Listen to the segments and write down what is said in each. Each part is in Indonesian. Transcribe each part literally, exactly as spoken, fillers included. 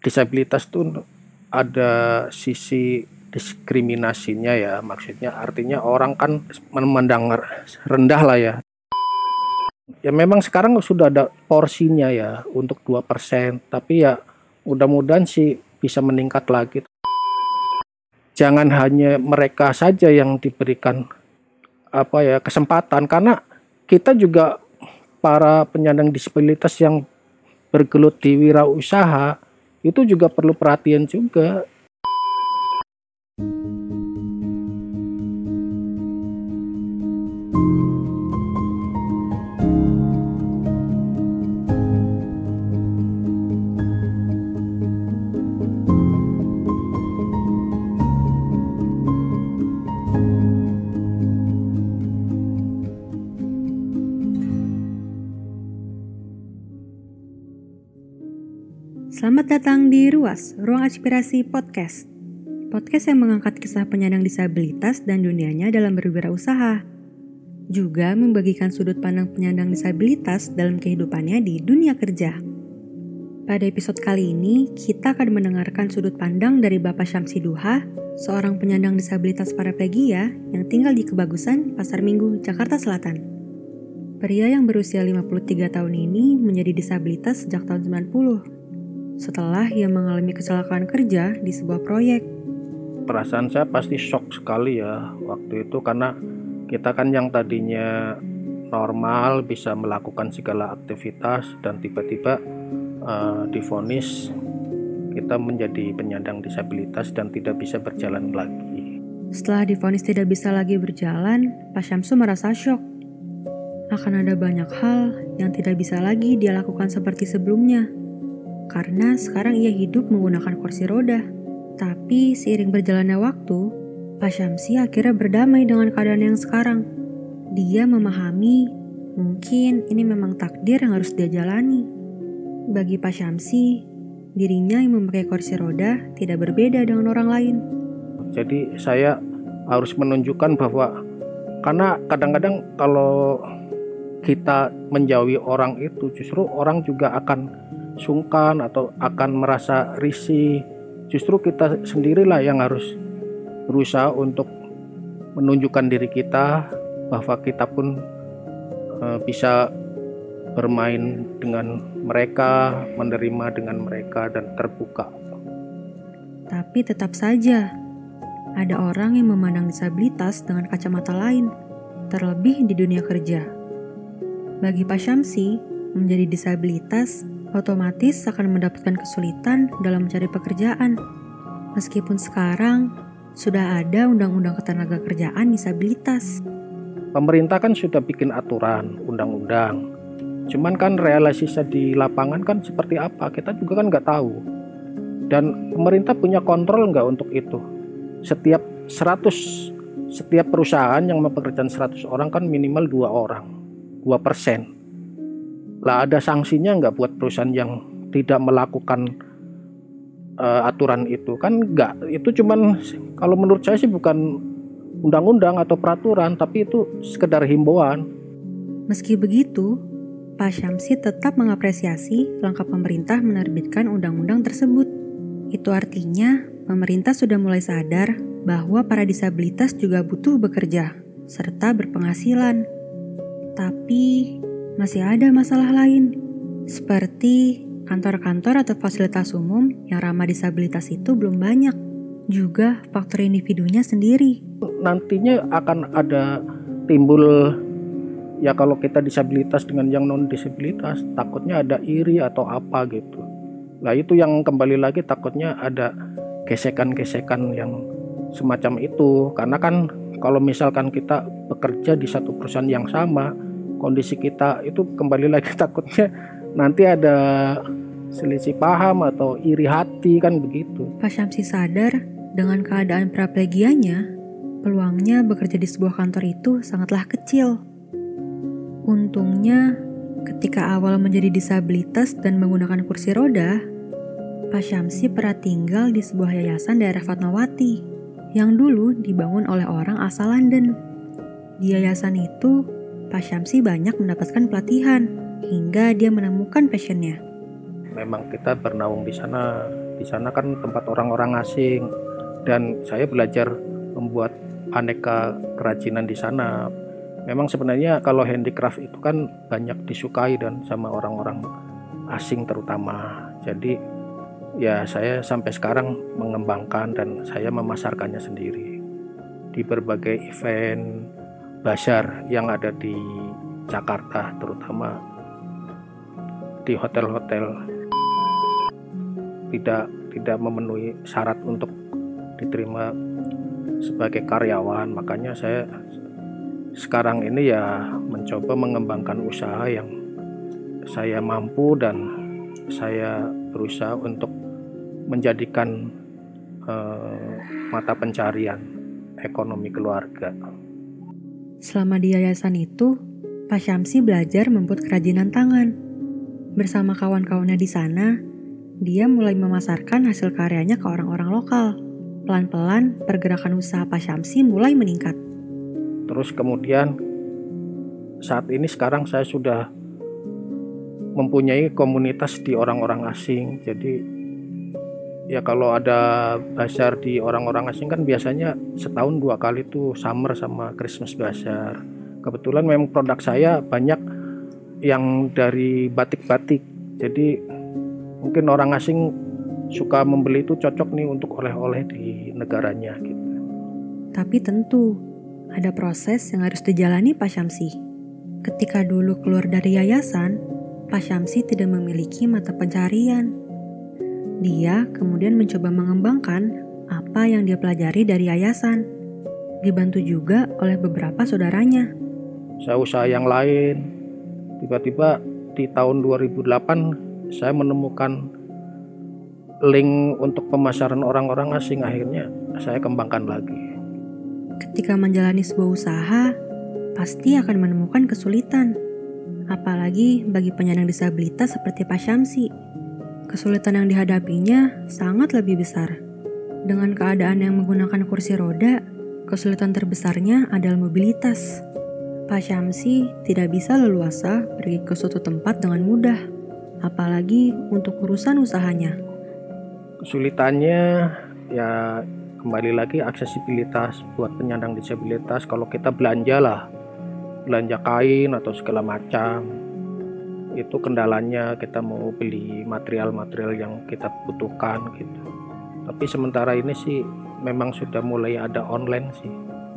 disabilitas tuh ada sisi diskriminasinya ya, maksudnya artinya orang kan memandang rendah lah ya. Ya memang sekarang sudah ada porsinya ya untuk dua persen, tapi ya mudah-mudahan sih bisa meningkat lagi. Jangan hanya mereka saja yang diberikan apa ya kesempatan, karena kita juga para penyandang disabilitas yang bergelut di wirausaha itu juga perlu perhatian juga. Selamat datang di Ruas, Ruang Aspirasi Podcast. Podcast yang mengangkat kisah penyandang disabilitas dan dunianya dalam berwirausaha. Juga membagikan sudut pandang penyandang disabilitas dalam kehidupannya di dunia kerja. Pada episode kali ini, kita akan mendengarkan sudut pandang dari Bapak Syamsi Duha, seorang penyandang disabilitas paraplegia yang tinggal di Kebagusan, Pasar Minggu, Jakarta Selatan. Pria yang berusia lima puluh tiga tahun ini menjadi disabilitas sejak tahun sembilan puluh. Setelah ia mengalami kecelakaan kerja di sebuah proyek. Perasaan saya pasti shock sekali ya waktu itu, karena kita kan yang tadinya normal bisa melakukan segala aktivitas dan tiba-tiba uh, divonis kita menjadi penyandang disabilitas dan tidak bisa berjalan lagi. Setelah divonis tidak bisa lagi berjalan, Pak Syamsu merasa shock. Akan ada banyak hal yang tidak bisa lagi dia lakukan seperti sebelumnya. Karena sekarang ia hidup menggunakan kursi roda. Tapi seiring berjalannya waktu, Pak Syamsi akhirnya berdamai dengan keadaan yang sekarang. Dia memahami mungkin ini memang takdir yang harus dia jalani. Bagi Pak Syamsi, dirinya yang memakai kursi roda tidak berbeda dengan orang lain. Jadi saya harus menunjukkan bahwa, karena kadang-kadang kalau kita menjauhi orang itu, justru orang juga akan sungkan atau akan merasa risih. Justru kita sendirilah yang harus berusaha untuk menunjukkan diri kita bahwa kita pun e, bisa bermain dengan mereka, menerima dengan mereka dan terbuka. Tapi tetap saja ada orang yang memandang disabilitas dengan kacamata lain, terlebih di dunia kerja. Bagi Pak Syamsi, menjadi disabilitas otomatis akan mendapatkan kesulitan dalam mencari pekerjaan. Meskipun sekarang sudah ada undang-undang ketenagakerjaan disabilitas. Pemerintah kan sudah bikin aturan, undang-undang. Cuman kan realisasinya di lapangan kan seperti apa, kita juga kan nggak tahu. Dan pemerintah punya kontrol nggak untuk itu? Setiap seratus, setiap perusahaan yang mempekerjakan seratus orang kan minimal dua orang, dua persen. Lah ada sanksinya nggak buat perusahaan yang tidak melakukan uh, aturan itu? Kan nggak, itu cuman kalau menurut saya sih bukan undang-undang atau peraturan, tapi itu sekedar himbauan. Meski begitu, Pak Syamsi tetap mengapresiasi langkah pemerintah menerbitkan undang-undang tersebut. Itu artinya pemerintah sudah mulai sadar bahwa para disabilitas juga butuh bekerja serta berpenghasilan. Tapi masih ada masalah lain, seperti kantor-kantor atau fasilitas umum yang ramah disabilitas itu belum banyak. Juga faktor individunya sendiri. Nantinya akan ada timbul, ya kalau kita disabilitas dengan yang non-disabilitas, takutnya ada iri atau apa gitu. Nah itu yang kembali lagi takutnya ada gesekan-gesekan yang semacam itu. Karena kan kalau misalkan kita bekerja di satu perusahaan yang sama, kondisi kita itu kembali lagi takutnya nanti ada selisih paham atau iri hati kan begitu. Pak Syamsi sadar dengan keadaan paraplegianya, peluangnya bekerja di sebuah kantor itu sangatlah kecil. Untungnya ketika awal menjadi disabilitas dan menggunakan kursi roda, Pak Syamsi pernah tinggal di sebuah yayasan daerah Fatmawati yang dulu dibangun oleh orang asal London. Di yayasan itu Pak Syamsi banyak mendapatkan pelatihan hingga dia menemukan passionnya. Memang kita bernaung di sana Di sana kan tempat orang-orang asing dan saya belajar membuat aneka kerajinan di sana. Memang sebenarnya kalau handicraft itu kan banyak disukai dan sama orang-orang asing terutama. Jadi ya saya sampai sekarang mengembangkan dan saya memasarkannya sendiri di berbagai event bazar yang ada di Jakarta, terutama di hotel-hotel tidak tidak memenuhi syarat untuk diterima sebagai karyawan. Makanya saya sekarang ini ya mencoba mengembangkan usaha yang saya mampu dan saya berusaha untuk menjadikan eh, mata pencarian ekonomi keluarga. Selama di yayasan itu, Pak Syamsi belajar membuat kerajinan tangan. Bersama kawan-kawannya di sana, dia mulai memasarkan hasil karyanya ke orang-orang lokal. Pelan-pelan, pergerakan usaha Pak Syamsi mulai meningkat. Terus kemudian saat ini sekarang saya sudah mempunyai komunitas di orang-orang asing. Jadi ya kalau ada bazar di orang-orang asing kan biasanya setahun dua kali tuh summer sama Christmas bazar. Kebetulan memang produk saya banyak yang dari batik-batik. Jadi mungkin orang asing suka membeli itu cocok nih untuk oleh-oleh di negaranya gitu. Tapi tentu ada proses yang harus dijalani Pak Syamsi. Ketika dulu keluar dari yayasan, Pak Syamsi tidak memiliki mata pencarian. Dia kemudian mencoba mengembangkan apa yang dia pelajari dari yayasan. Dibantu juga oleh beberapa saudaranya. Saya usaha yang lain. Tiba-tiba di tahun dua ribu delapan saya menemukan link untuk pemasaran orang-orang asing. Akhirnya saya kembangkan lagi. Ketika menjalani sebuah usaha, pasti akan menemukan kesulitan. Apalagi bagi penyandang disabilitas seperti Pak Syamsi. Kesulitan yang dihadapinya sangat lebih besar. Dengan keadaan yang menggunakan kursi roda, kesulitan terbesarnya adalah mobilitas. Pak Syamsi tidak bisa leluasa pergi ke suatu tempat dengan mudah, apalagi untuk urusan usahanya. Kesulitannya ya kembali lagi aksesibilitas buat penyandang disabilitas. Kalau kita belanja lah, belanja kain atau segala macam, itu kendalanya kita mau beli material-material yang kita butuhkan gitu. Tapi sementara ini sih memang sudah mulai ada online sih,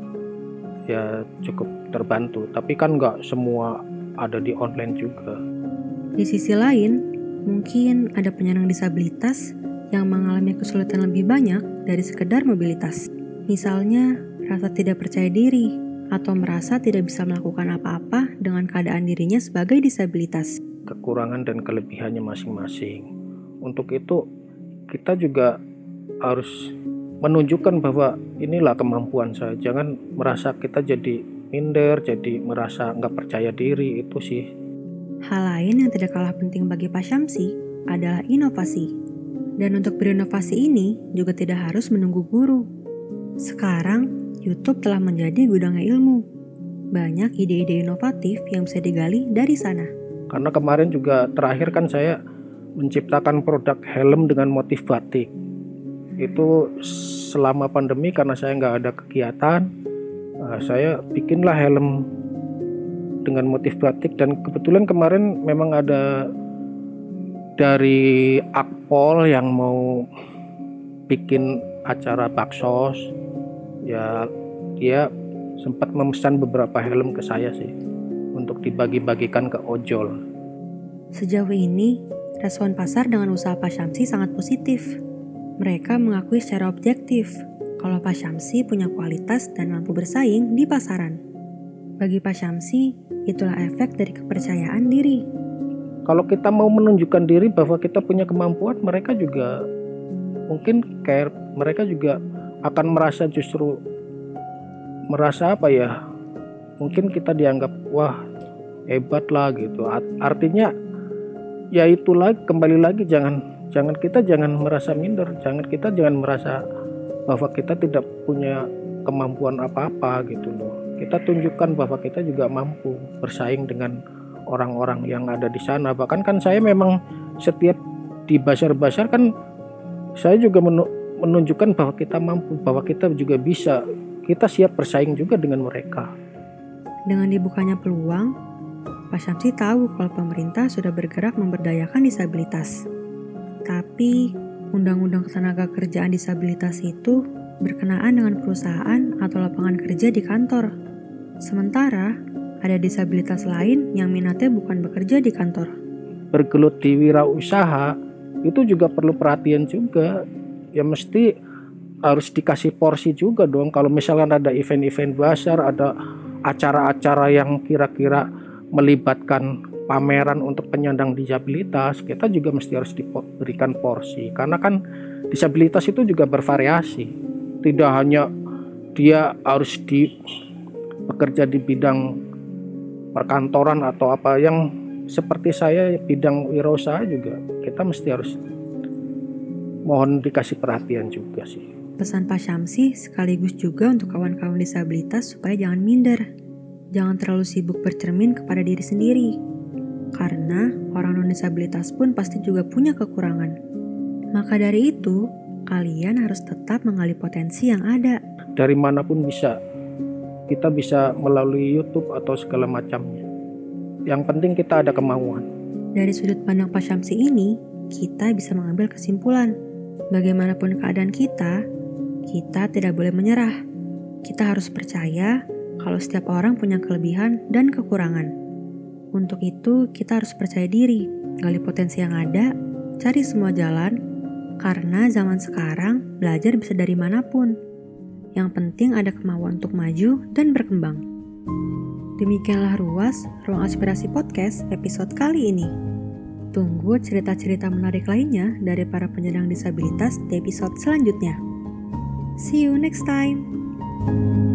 ya cukup terbantu. Tapi kan nggak semua ada di online juga. Di sisi lain, mungkin ada penyandang disabilitas yang mengalami kesulitan lebih banyak dari sekedar mobilitas. Misalnya, rasa tidak percaya diri atau merasa tidak bisa melakukan apa-apa dengan keadaan dirinya sebagai disabilitas. Kekurangan dan kelebihannya masing-masing. Untuk itu, kita juga harus menunjukkan bahwa inilah kemampuan saya. Jangan merasa kita jadi minder, jadi merasa nggak percaya diri, itu sih. Hal lain yang tidak kalah penting bagi Pak Syamsi adalah inovasi. Dan untuk berinovasi ini juga tidak harus menunggu guru. Sekarang, YouTube telah menjadi gudangnya ilmu. Banyak ide-ide inovatif yang bisa digali dari sana. Karena kemarin juga terakhir kan saya menciptakan produk helm dengan motif batik. Itu selama pandemi karena saya nggak ada kegiatan, saya bikinlah helm dengan motif batik. Dan kebetulan kemarin memang ada dari Akpol yang mau bikin acara baksos, ya dia sempat memesan beberapa helm ke saya sih untuk dibagi-bagikan ke ojol. Sejauh ini, respon pasar dengan usaha Pak Syamsi sangat positif. Mereka mengakui secara objektif kalau Pak Syamsi punya kualitas dan mampu bersaing di pasaran. Bagi Pak Syamsi, itulah efek dari kepercayaan diri. Kalau kita mau menunjukkan diri bahwa kita punya kemampuan, mereka juga mungkin care, mereka juga akan merasa justru merasa apa ya? Mungkin kita dianggap wah hebat lah gitu. Artinya ya itulah kembali lagi jangan jangan kita jangan merasa minder, jangan kita jangan merasa bahwa kita tidak punya kemampuan apa-apa gitu loh. Kita tunjukkan bahwa kita juga mampu bersaing dengan orang-orang yang ada di sana. Bahkan kan saya memang setiap di bazar-bazar kan saya juga menunjukkan bahwa kita mampu, bahwa kita juga bisa, kita siap bersaing juga dengan mereka. Dengan dibukanya peluang, Pak Syamsi tahu kalau pemerintah sudah bergerak memberdayakan disabilitas. Tapi Undang-Undang Ketenagakerjaan Disabilitas itu berkenaan dengan perusahaan atau lapangan kerja di kantor. Sementara ada disabilitas lain yang minatnya bukan bekerja di kantor. Bergelut di wirausaha itu juga perlu perhatian juga. Ya mesti harus dikasih porsi juga dong. Kalau misalkan ada event-event besar, ada acara-acara yang kira-kira melibatkan pameran untuk penyandang disabilitas, kita juga mesti harus diberikan porsi. Karena kan disabilitas itu juga bervariasi. Tidak hanya dia harus di bekerja di bidang perkantoran atau apa, yang seperti saya bidang wirausaha juga kita mesti harus mohon dikasih perhatian juga sih. Pesan Pak Syamsi sekaligus juga untuk kawan-kawan disabilitas supaya jangan minder. Jangan terlalu sibuk bercermin kepada diri sendiri. Karena orang non-disabilitas pun pasti juga punya kekurangan. Maka dari itu, kalian harus tetap menggali potensi yang ada. Dari manapun bisa. Kita bisa melalui YouTube atau segala macamnya. Yang penting kita ada kemauan. Dari sudut pandang Pak Syamsi ini, kita bisa mengambil kesimpulan. Bagaimanapun keadaan kita, kita tidak boleh menyerah. Kita harus percaya kalau setiap orang punya kelebihan dan kekurangan. Untuk itu, kita harus percaya diri, gali potensi yang ada, cari semua jalan, karena zaman sekarang belajar bisa dari manapun. Yang penting ada kemauan untuk maju dan berkembang. Demikianlah Ruas, Ruang Aspirasi Podcast episode kali ini. Tunggu cerita-cerita menarik lainnya dari para penyandang disabilitas di episode selanjutnya. See you next time!